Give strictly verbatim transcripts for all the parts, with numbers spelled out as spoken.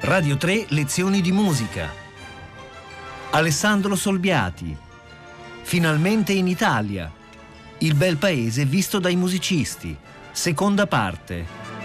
Radio tre Lezioni di musica. Alessandro Solbiati. Finalmente in Italia. Il bel paese visto dai musicisti. Seconda parte.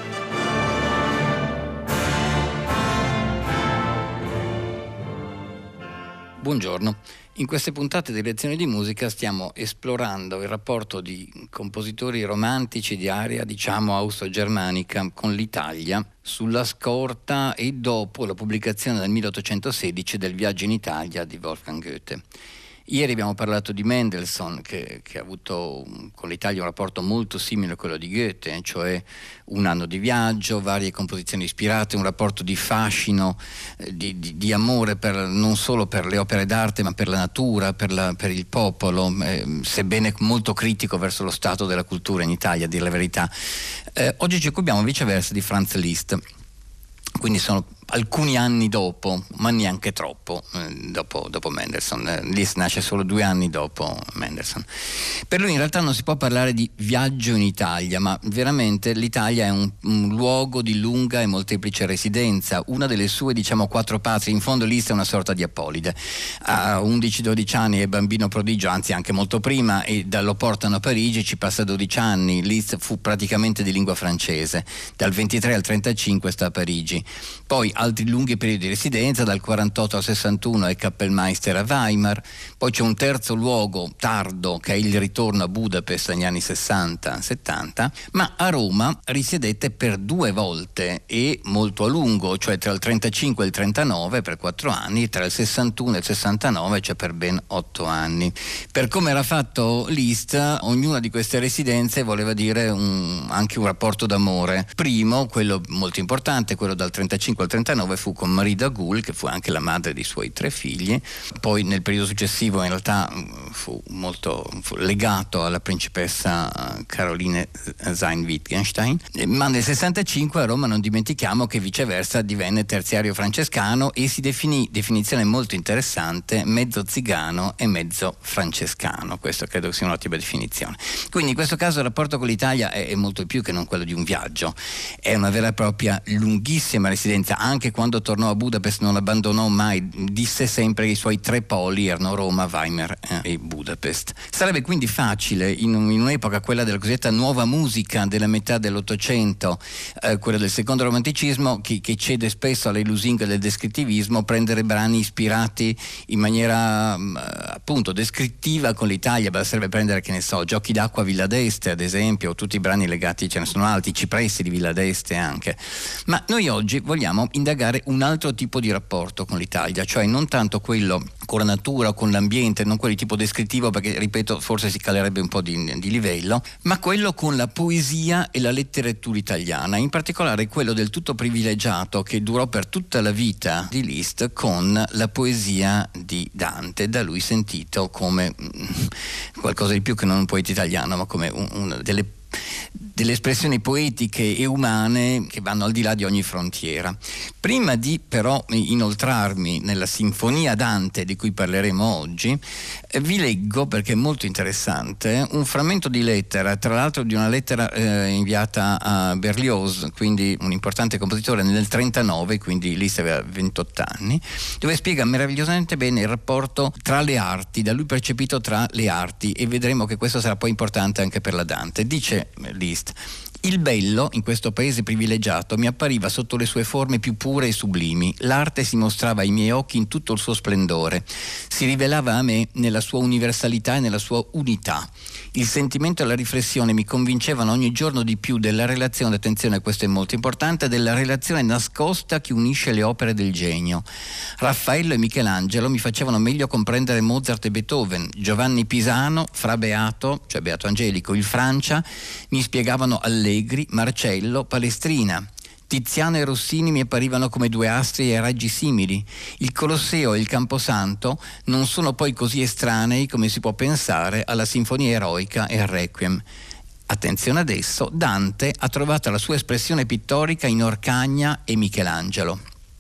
Buongiorno. In queste puntate di Lezioni di musica stiamo esplorando il rapporto di compositori romantici di area, diciamo, austro-germanica con l'Italia sulla scorta e dopo la pubblicazione nel milleottocentosedici del Viaggio in Italia di Wolfgang Goethe. Ieri abbiamo parlato di Mendelssohn che, che ha avuto con l'Italia un rapporto molto simile a quello di Goethe, cioè un anno di viaggio, varie composizioni ispirate, un rapporto di fascino, eh, di, di, di amore per, non solo per le opere d'arte ma per la natura, per, la, per il popolo, eh, sebbene molto critico verso lo stato della cultura in Italia, a dire la verità. Eh, oggi ci occupiamo viceversa di Franz Liszt, quindi sono alcuni anni dopo, ma neanche troppo, eh, dopo, dopo Mendelssohn. Eh, Liszt nasce solo due anni dopo Mendelssohn. Per lui in realtà non si può parlare di viaggio in Italia, ma veramente l'Italia è un, un luogo di lunga e molteplice residenza, una delle sue, diciamo, quattro patrie. In fondo Liszt è una sorta di Appolide. A undici dodici anni è bambino prodigio, anzi anche molto prima, e da, lo portano a Parigi, ci passa dodici anni. Liszt fu praticamente di lingua francese, dal ventitré al trentacinque sta a Parigi. Poi altri lunghi periodi di residenza, dal quarantotto al sessantuno è Kapellmeister a Weimar, poi c'è un terzo luogo tardo che è il ritorno a Budapest negli anni sessanta settanta, ma a Roma risiedette per due volte e molto a lungo, cioè tra il trentacinque e il trentanove per quattro anni, tra il sessantuno e il sessantanove, cioè per ben otto anni. Per come era fatto Liszt, ognuna di queste residenze voleva dire un, anche un rapporto d'amore. Primo, quello molto importante, quello dal trentacinque al trentanove, fu con Marie Dagoul, che fu anche la madre dei suoi tre figli. Poi nel periodo successivo in realtà fu molto fu legato alla principessa Caroline Sayn-Wittgenstein, ma nel sessantacinque a Roma non dimentichiamo che viceversa divenne terziario francescano e si definì, definizione molto interessante, mezzo zigano e mezzo francescano. Questo credo sia un'ottima definizione. Quindi in questo caso il rapporto con l'Italia è, è molto più che non quello di un viaggio, è una vera e propria lunghissima residenza. Anche quando tornò a Budapest non abbandonò mai, disse sempre che i suoi tre poli erano Roma, Weimar eh, e Budapest. Sarebbe quindi facile in, in un'epoca, quella della cosiddetta nuova musica della metà dell'Ottocento, eh, quella del secondo romanticismo, che, che cede spesso alle lusinghe del descrittivismo, prendere brani ispirati in maniera mh, appunto descrittiva con l'Italia. Basterebbe prendere, che ne so, Giochi d'acqua Villa d'Este ad esempio, o tutti i brani legati, ce ne sono altri, i Cipressi di Villa d'Este anche. Ma noi oggi vogliamo indagare un altro tipo di rapporto con l'Italia, cioè non tanto quello con la natura o con l'ambiente, non quello di tipo descrittivo, perché ripeto forse si calerebbe un po' di, di livello, ma quello con la poesia e la letteratura italiana, in particolare quello del tutto privilegiato che durò per tutta la vita di Liszt con la poesia di Dante, da lui sentito come mh, qualcosa di più che non un poeta italiano, ma come un, una delle delle espressioni poetiche e umane che vanno al di là di ogni frontiera. Prima di però inoltrarmi nella sinfonia Dante di cui parleremo oggi, eh, vi leggo, perché è molto interessante, un frammento di lettera, tra l'altro di una lettera eh, inviata a Berlioz, quindi un importante compositore, nel trentanove, quindi Liszt aveva ventotto anni, dove spiega meravigliosamente bene il rapporto tra le arti, da lui percepito tra le arti, e vedremo che questo sarà poi importante anche per la Dante. Dice Liszt: il bello in questo paese privilegiato mi appariva sotto le sue forme più pure e sublimi. L'arte si mostrava ai miei occhi in tutto il suo splendore, si rivelava a me nella sua universalità e nella sua unità. Il sentimento e la riflessione mi convincevano ogni giorno di più della relazione, attenzione, questo è molto importante, della relazione nascosta che unisce le opere del genio. Raffaello e Michelangelo mi facevano meglio comprendere Mozart e Beethoven. Giovanni Pisano, Fra Beato, cioè Beato Angelico, il Francia, mi spiegavano Allegri, Marcello, Palestrina. Tiziano e Rossini mi apparivano come due astri e raggi simili. Il Colosseo e il Camposanto non sono poi così estranei come si può pensare alla Sinfonia Eroica e al Requiem. Attenzione adesso, Dante ha trovato la sua espressione pittorica in Orcagna e Michelangelo.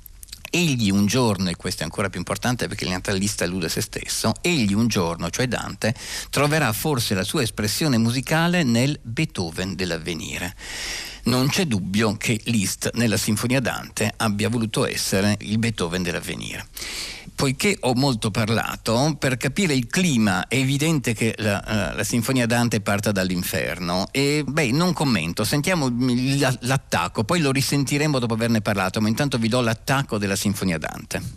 Egli un giorno, e questo è ancora più importante perché il naturalista elude se stesso, egli un giorno, cioè Dante, troverà forse la sua espressione musicale nel Beethoven dell'avvenire. Non c'è dubbio che Liszt nella Sinfonia Dante abbia voluto essere il Beethoven dell'avvenire. Poiché ho molto parlato, per capire il clima è evidente che la, la Sinfonia Dante parta dall'inferno e beh, non commento, sentiamo l'attacco, poi lo risentiremo dopo averne parlato, ma intanto vi do l'attacco della Sinfonia Dante.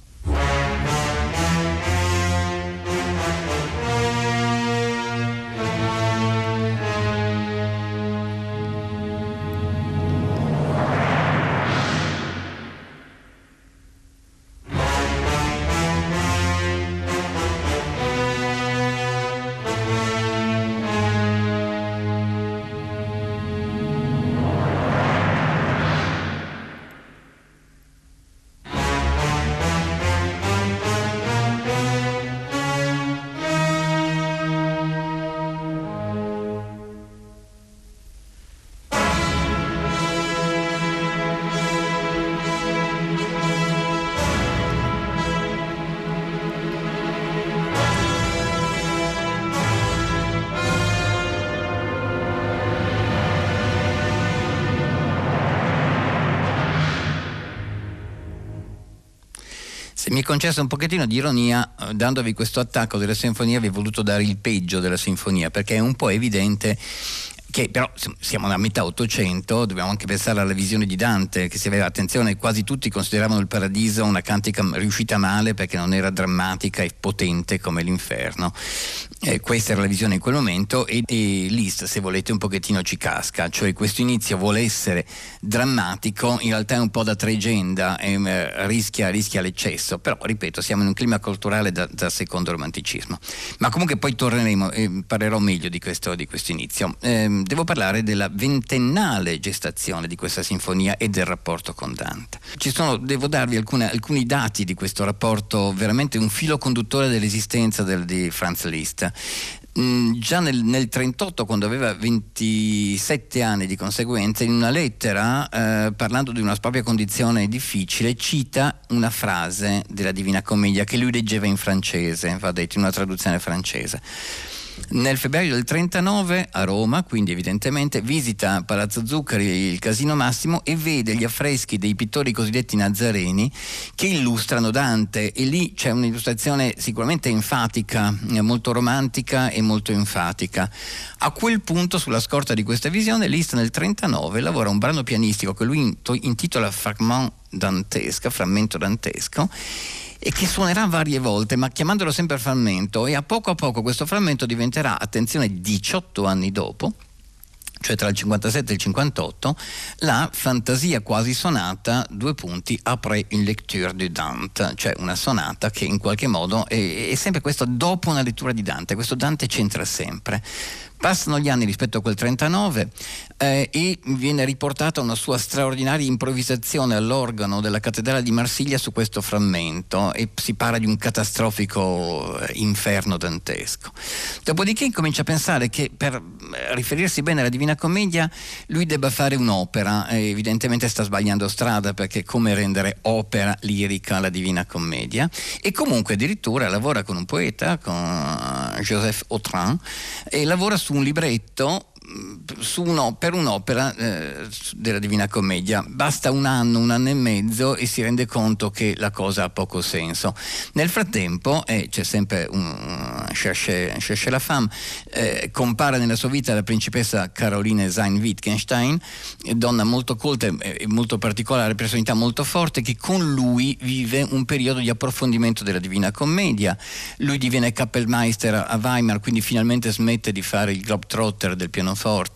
Se mi è concesso un pochettino di ironia, dandovi questo attacco della sinfonia vi ho voluto dare il peggio della sinfonia, perché è un po' evidente che però siamo a metà Ottocento, dobbiamo anche pensare alla visione di Dante, che si aveva, attenzione, quasi tutti consideravano il Paradiso una cantica riuscita male perché non era drammatica e potente come l'Inferno. Eh, questa era la visione in quel momento e, e Liszt, se volete, un pochettino ci casca, cioè questo inizio vuole essere drammatico, in realtà è un po' da tregenda e eh, rischia, rischia l'eccesso, però ripeto, siamo in un clima culturale da, da secondo romanticismo. Ma comunque poi torneremo e parlerò meglio di questo, di questo inizio. Eh, devo parlare della ventennale gestazione di questa sinfonia e del rapporto con Dante. Ci sono, devo darvi alcune, alcuni dati di questo rapporto, veramente un filo conduttore dell'esistenza del, di Franz Liszt. Mm, già nel, nel trentotto, quando aveva ventisette anni di conseguenza, in una lettera eh, parlando di una propria condizione difficile, cita una frase della Divina Commedia che lui leggeva in francese, va detto, in una traduzione francese. Nel febbraio del trentanove a Roma, quindi evidentemente, visita Palazzo Zuccari, il Casino Massimo, e vede gli affreschi dei pittori cosiddetti nazareni che illustrano Dante, e lì c'è un'illustrazione sicuramente enfatica, molto romantica e molto enfatica. A quel punto, sulla scorta di questa visione, Liszt nel trentanove lavora un brano pianistico che lui intitola Fragment dantesco, frammento dantesco, e che suonerà varie volte, ma chiamandolo sempre frammento, e a poco a poco questo frammento diventerà, attenzione, diciotto anni dopo, cioè tra il cinquantasette e il cinquantotto, la fantasia quasi sonata, due punti, après une lecture de Dante, cioè una sonata che in qualche modo è, è sempre questo dopo una lettura di Dante, questo Dante c'entra sempre. Passano gli anni rispetto a quel trentanove eh, e viene riportata una sua straordinaria improvvisazione all'organo della cattedrale di Marsiglia su questo frammento, e si parla di un catastrofico inferno dantesco. Dopodiché incomincia a pensare che per riferirsi bene alla Divina Commedia lui debba fare un'opera, e evidentemente sta sbagliando strada, perché come rendere opera lirica la Divina Commedia, e comunque addirittura lavora con un poeta, con Joseph Autran, e lavora su un libretto su uno, per un'opera eh, della Divina Commedia. Basta un anno, un anno e mezzo e si rende conto che la cosa ha poco senso. Nel frattempo, eh, c'è sempre un cherche, cherche la femme, eh, compare nella sua vita la principessa Caroline Zein-Wittgenstein, donna molto colta e molto particolare, personalità molto forte, che con lui vive un periodo di approfondimento della Divina Commedia. Lui diviene Kapellmeister a Weimar, quindi finalmente smette di fare il Globetrotter del pianoforte,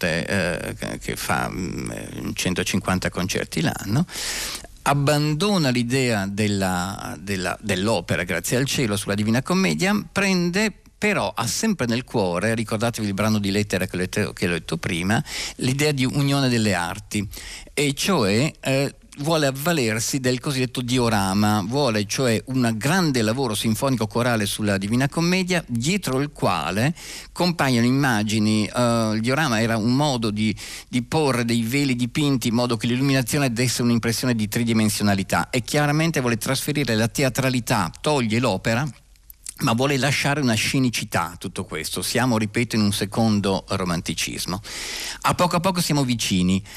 eh, che fa mh, centocinquanta concerti l'anno, abbandona l'idea della, della, dell'opera, grazie al cielo, sulla Divina Commedia, prende però, ha sempre nel cuore, ricordatevi il brano di lettera che ho letto, che ho letto prima, l'idea di unione delle arti, e cioè eh, vuole avvalersi del cosiddetto diorama, vuole cioè un grande lavoro sinfonico corale sulla Divina Commedia, dietro il quale compaiono immagini. Uh, il diorama era un modo di, di porre dei veli dipinti in modo che l'illuminazione desse un'impressione di tridimensionalità, e chiaramente vuole trasferire la teatralità, toglie l'opera, ma vuole lasciare una scenicità. Tutto questo, siamo, ripeto, in un secondo romanticismo. A poco a poco siamo vicini.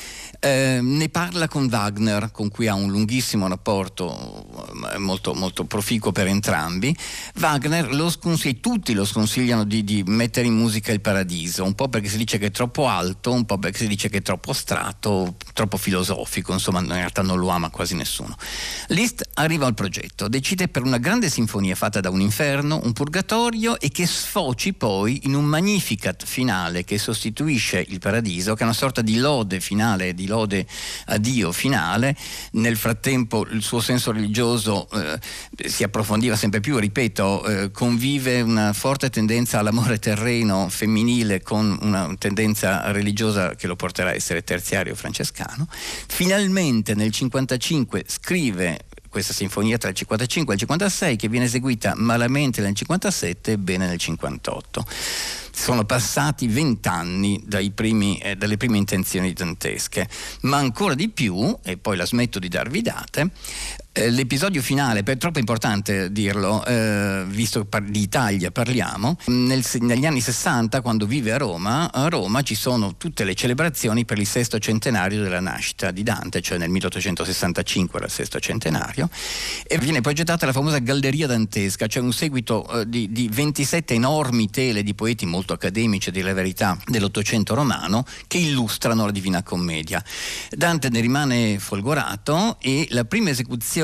Eh, ne parla con Wagner, con cui ha un lunghissimo rapporto molto, molto proficuo per entrambi. Wagner lo sconsiglia, tutti lo sconsigliano di, di mettere in musica il Paradiso, un po' perché si dice che è troppo alto, un po' perché si dice che è troppo astratto, troppo filosofico, insomma in realtà non lo ama quasi nessuno. Liszt arriva al progetto, decide per una grande sinfonia fatta da un inferno, un purgatorio e che sfoci poi in un Magnificat finale che sostituisce il Paradiso, che è una sorta di lode finale, di lode a Dio finale. Nel frattempo il suo senso religioso eh, si approfondiva sempre più, ripeto, eh, convive una forte tendenza all'amore terreno femminile con una tendenza religiosa che lo porterà a essere terziario francescano. Finalmente nel cinquantacinque scrive questa sinfonia tra il cinquantacinque e il cinquantasei, che viene eseguita malamente nel cinquantasette e bene nel cinquantotto. Sono passati vent'anni dai primi, eh, dalle prime intenzioni dantesche, ma ancora di più, e poi la smetto di darvi date, eh, l'episodio finale, è troppo importante dirlo, eh, visto che par- di Italia parliamo, nel, negli anni sessanta, quando vive a Roma, a Roma ci sono tutte le celebrazioni per il sesto centenario della nascita di Dante, cioè nel milleottocentosessantacinque era il sesto centenario, e viene progettata la famosa Galleria Dantesca, cioè un seguito eh, di, di ventisette enormi tele di poeti molto accademici, a dire la verità, dell'Ottocento romano, che illustrano la Divina Commedia. Dante ne rimane folgorato e la prima esecuzione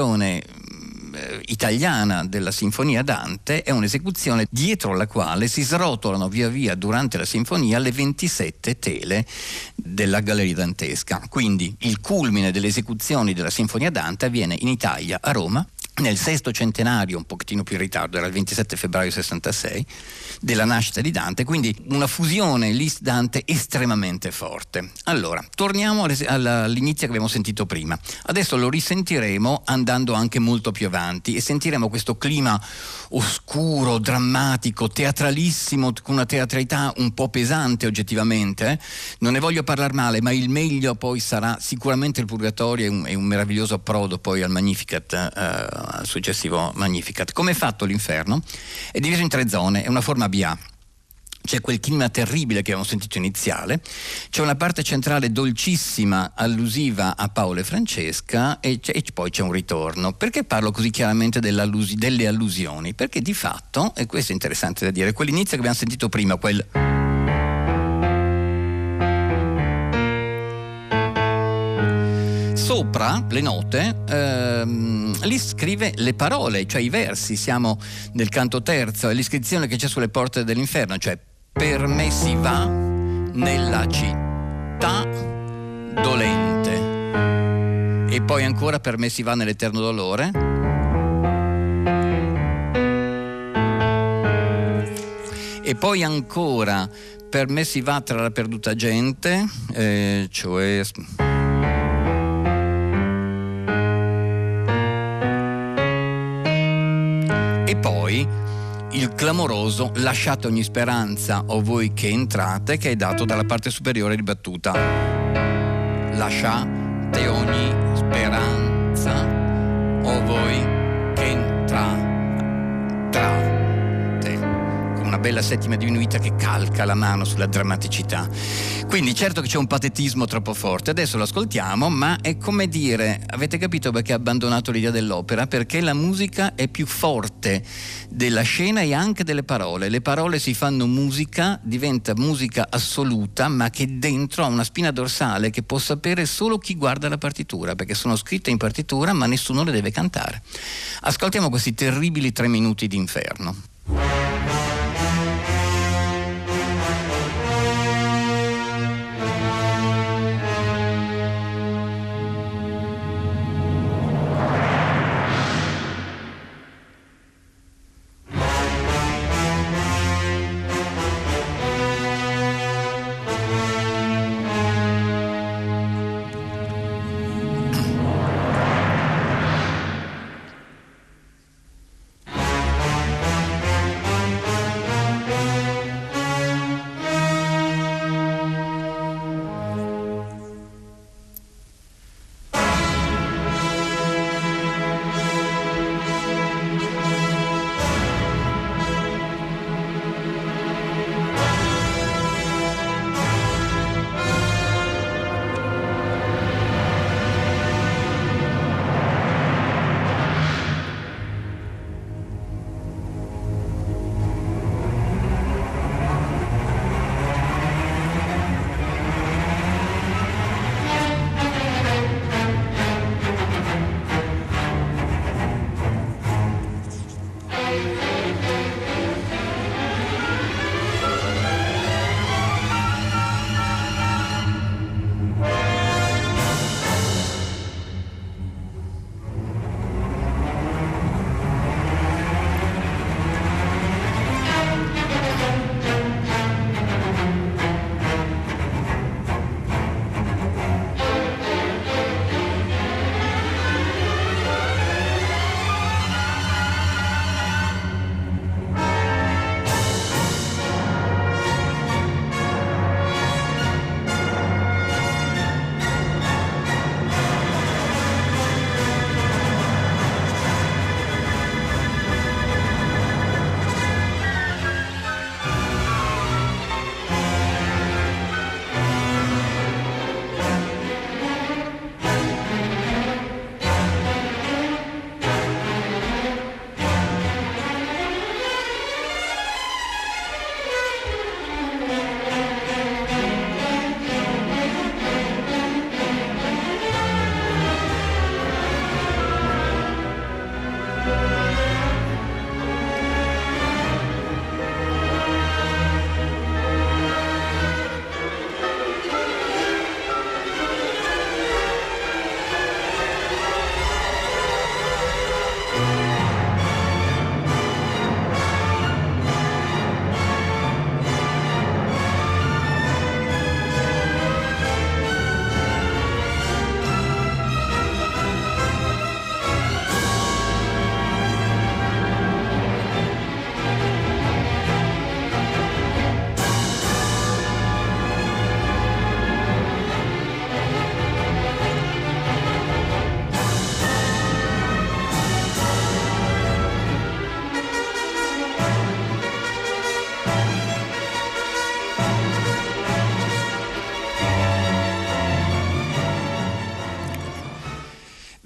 italiana della Sinfonia Dante è un'esecuzione dietro la quale si srotolano via via durante la sinfonia le ventisette tele della Galleria Dantesca. Quindi il culmine delle esecuzioni della Sinfonia Dante avviene in Italia, a Roma, nel sesto centenario, un pochettino più in ritardo, era il ventisette febbraio sessantasei, della nascita di Dante, quindi una fusione Liszt-Dante estremamente forte. Allora, torniamo all'inizio che abbiamo sentito prima. Adesso lo risentiremo andando anche molto più avanti e sentiremo questo clima oscuro, drammatico, teatralissimo, con una teatralità un po' pesante oggettivamente. Eh? Non ne voglio parlare male, ma il meglio poi sarà sicuramente il Purgatorio e un, un meraviglioso approdo poi al Magnificat, eh, al successivo Magnificat. Come è fatto l'Inferno? È diviso in tre zone, è una forma B A. C'è quel clima terribile che abbiamo sentito iniziale, c'è una parte centrale dolcissima allusiva a Paolo e Francesca e, e poi c'è un ritorno. Perché parlo così chiaramente delle allusioni? Perché di fatto, e questo è interessante da dire, quell'inizio che abbiamo sentito prima, quel sopra le note, ehm, lì scrive le parole, cioè i versi. Siamo nel canto terzo, è l'iscrizione che c'è sulle porte dell'inferno, cioè per me si va nella città dolente, e poi ancora per me si va nell'eterno dolore, e poi ancora per me si va tra la perduta gente, eh, cioè e poi il clamoroso lasciate ogni speranza o voi che entrate, che è dato dalla parte superiore ribattuta. Lasciate ogni speranza o voi che entrate, con una bella settima diminuita che calca la mano sulla drammaticità. Quindi certo che c'è un patetismo troppo forte, adesso lo ascoltiamo, ma è come dire, avete capito perché ha abbandonato l'idea dell'opera? Perché la musica è più forte della scena e anche delle parole. Le parole si fanno musica, diventa musica assoluta, ma che dentro ha una spina dorsale che può sapere solo chi guarda la partitura, perché sono scritte in partitura ma nessuno le deve cantare. Ascoltiamo questi terribili tre minuti di Inferno.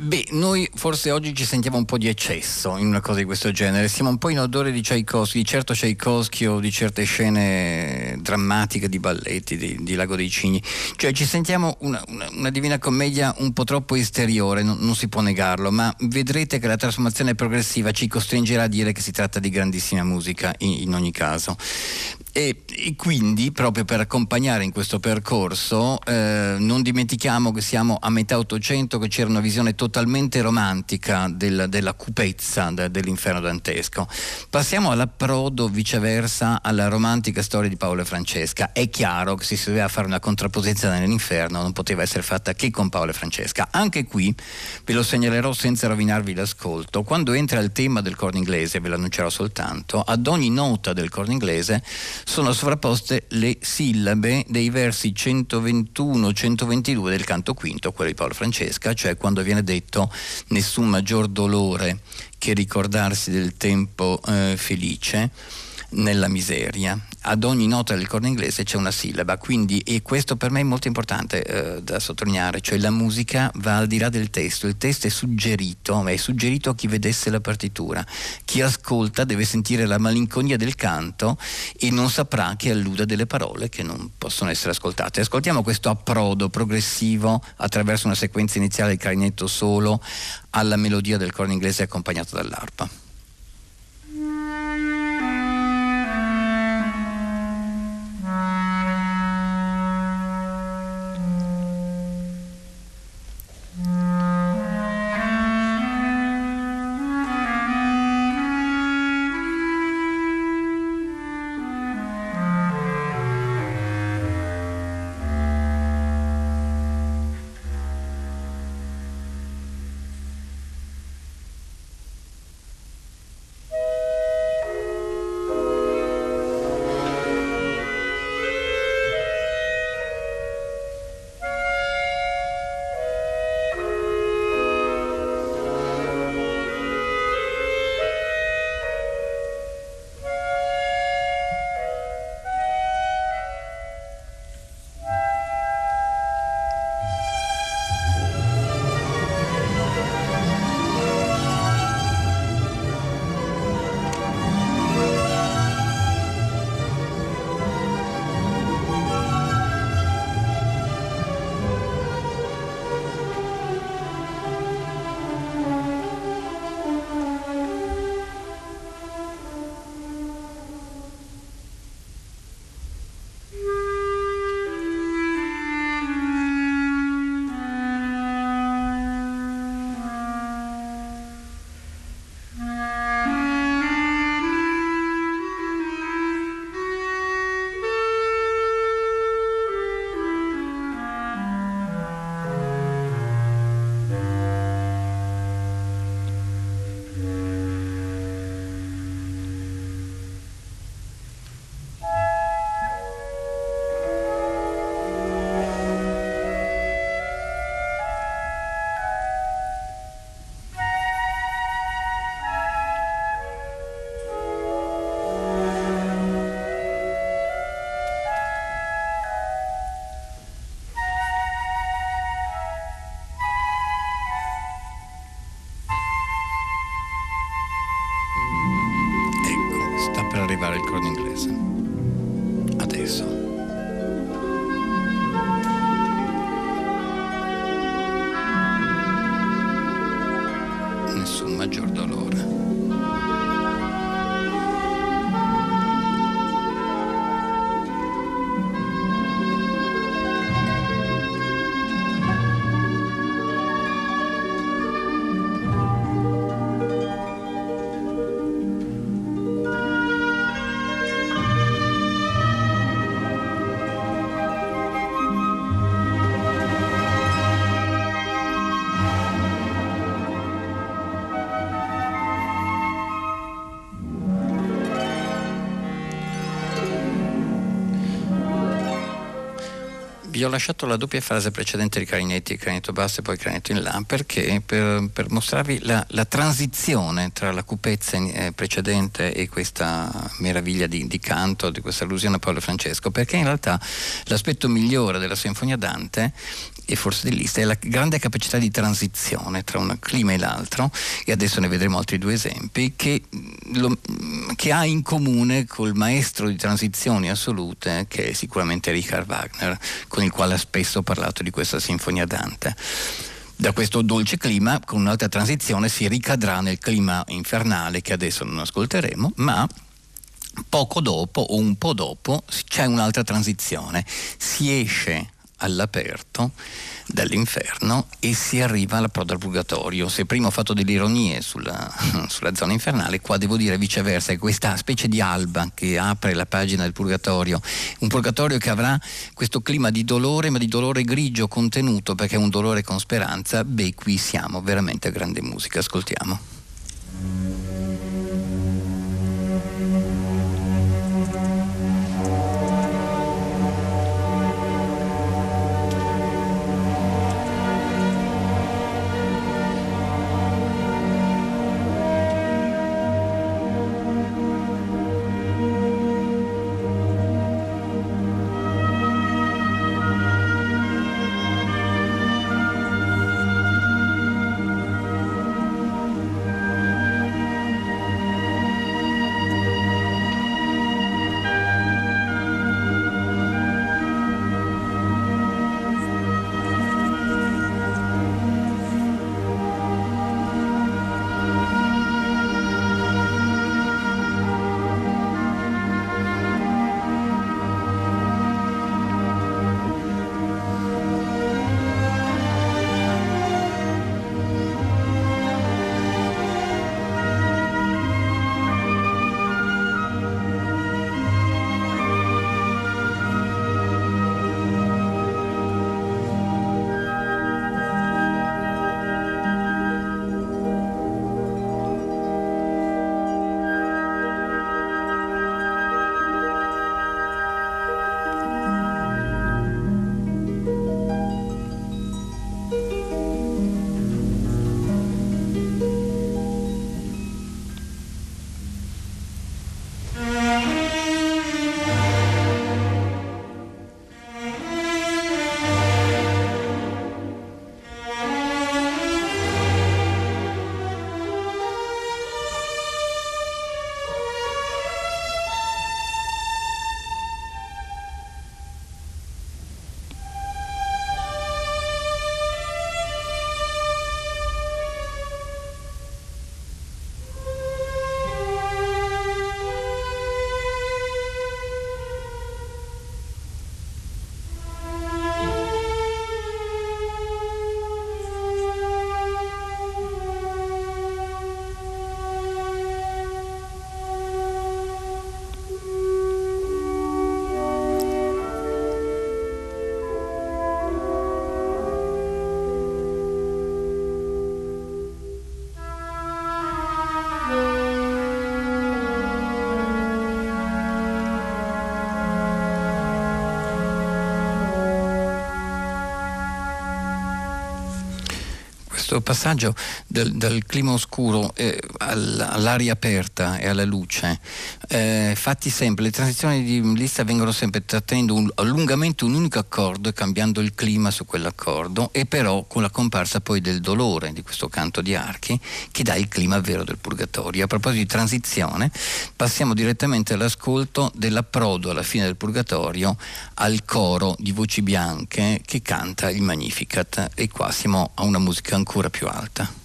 Beh, noi forse oggi ci sentiamo un po' di eccesso in una cosa di questo genere, siamo un po' in odore di Tchaikovsky, di certo Tchaikovsky o di certe scene drammatiche di balletti, di, di Lago dei Cigni, cioè ci sentiamo una, una, una Divina Commedia un po' troppo esteriore, non, non si può negarlo, ma vedrete che la trasformazione progressiva ci costringerà a dire che si tratta di grandissima musica in, in ogni caso. E, e quindi proprio per accompagnare in questo percorso eh, non dimentichiamo che siamo a metà Ottocento, che c'era una visione totalmente romantica del, della cupezza de, dell'inferno dantesco. Passiamo all'approdo viceversa alla romantica storia di Paolo e Francesca. È chiaro che se si doveva fare una contrapposizione nell'inferno non poteva essere fatta che con Paolo e Francesca. Anche qui ve lo segnalerò senza rovinarvi l'ascolto. Quando entra il tema del corno inglese, ve lo annuncerò soltanto, ad ogni nota del corno inglese sono sovrapposte le sillabe dei versi centoventuno centoventidue del canto quinto, quello di Paolo Francesca, cioè quando viene detto nessun maggior dolore che ricordarsi del tempo eh, felice nella miseria. Ad ogni nota del corno inglese c'è una sillaba, quindi, e questo per me è molto importante eh, da sottolineare, cioè la musica va al di là del testo, il testo è suggerito, è suggerito a chi vedesse la partitura, chi ascolta deve sentire la malinconia del canto e non saprà che alluda delle parole che non possono essere ascoltate. Ascoltiamo questo approdo progressivo attraverso una sequenza iniziale di clarinetto solo alla melodia del corno inglese accompagnato dall'arpa. Arrivare il corno inglese adesso. Nessun maggior dolore. Vi ho lasciato la doppia frase precedente di clarinetti, clarinetto basso e poi clarinetto in La, perché per, per mostrarvi la, la transizione tra la cupezza eh, precedente e questa meraviglia di, di canto, di questa allusione a Paolo e Francesco, perché in realtà l'aspetto migliore della Sinfonia Dante e forse di Liszt, è la grande capacità di transizione tra un clima e l'altro, e adesso ne vedremo altri due esempi, che, lo, che ha in comune col maestro di transizioni assolute, che è sicuramente Richard Wagner, con il quale ha spesso parlato di questa sinfonia Dante. Da questo dolce clima, con un'altra transizione, si ricadrà nel clima infernale che adesso non ascolteremo, ma poco dopo o un po' dopo c'è un'altra transizione, si esce all'aperto dall'inferno e si arriva alla proda al purgatorio. Se prima ho fatto delle ironie sulla, sulla zona infernale, qua devo dire viceversa, è questa specie di alba che apre la pagina del purgatorio, un purgatorio che avrà questo clima di dolore, ma di dolore grigio contenuto, perché è un dolore con speranza. Beh, qui siamo veramente a grande musica, ascoltiamo. Questo passaggio del, dal clima oscuro eh, all'aria aperta e alla luce, eh, fatti sempre, le transizioni di Liszt vengono sempre trattenendo un, lungamente un unico accordo e cambiando il clima su quell'accordo, e però con la comparsa poi del dolore di questo canto di archi che dà il clima vero del purgatorio. A proposito di transizione, passiamo direttamente all'ascolto dell'approdo alla fine del purgatorio al coro di voci bianche che canta il Magnificat, e qua siamo a una musica ancora più alta.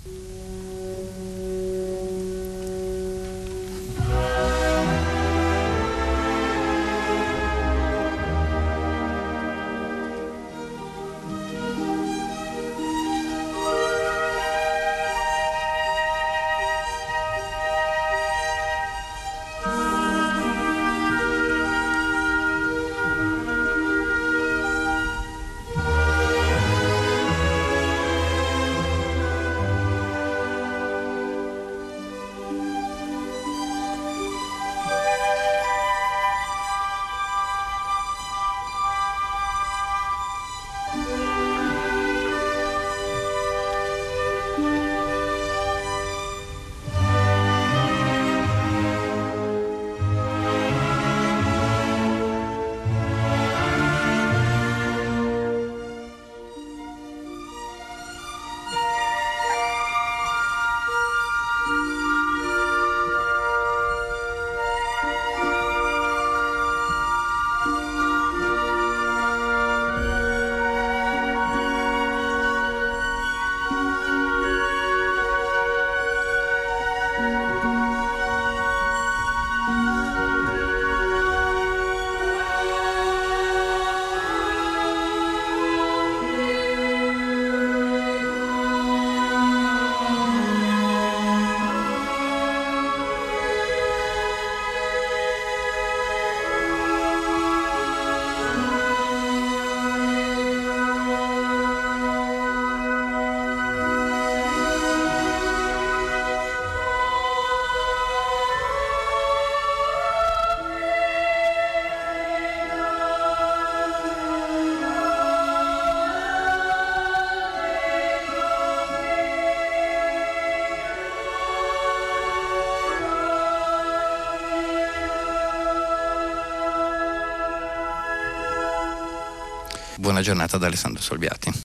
buona giornata da Alessandro Solbiati.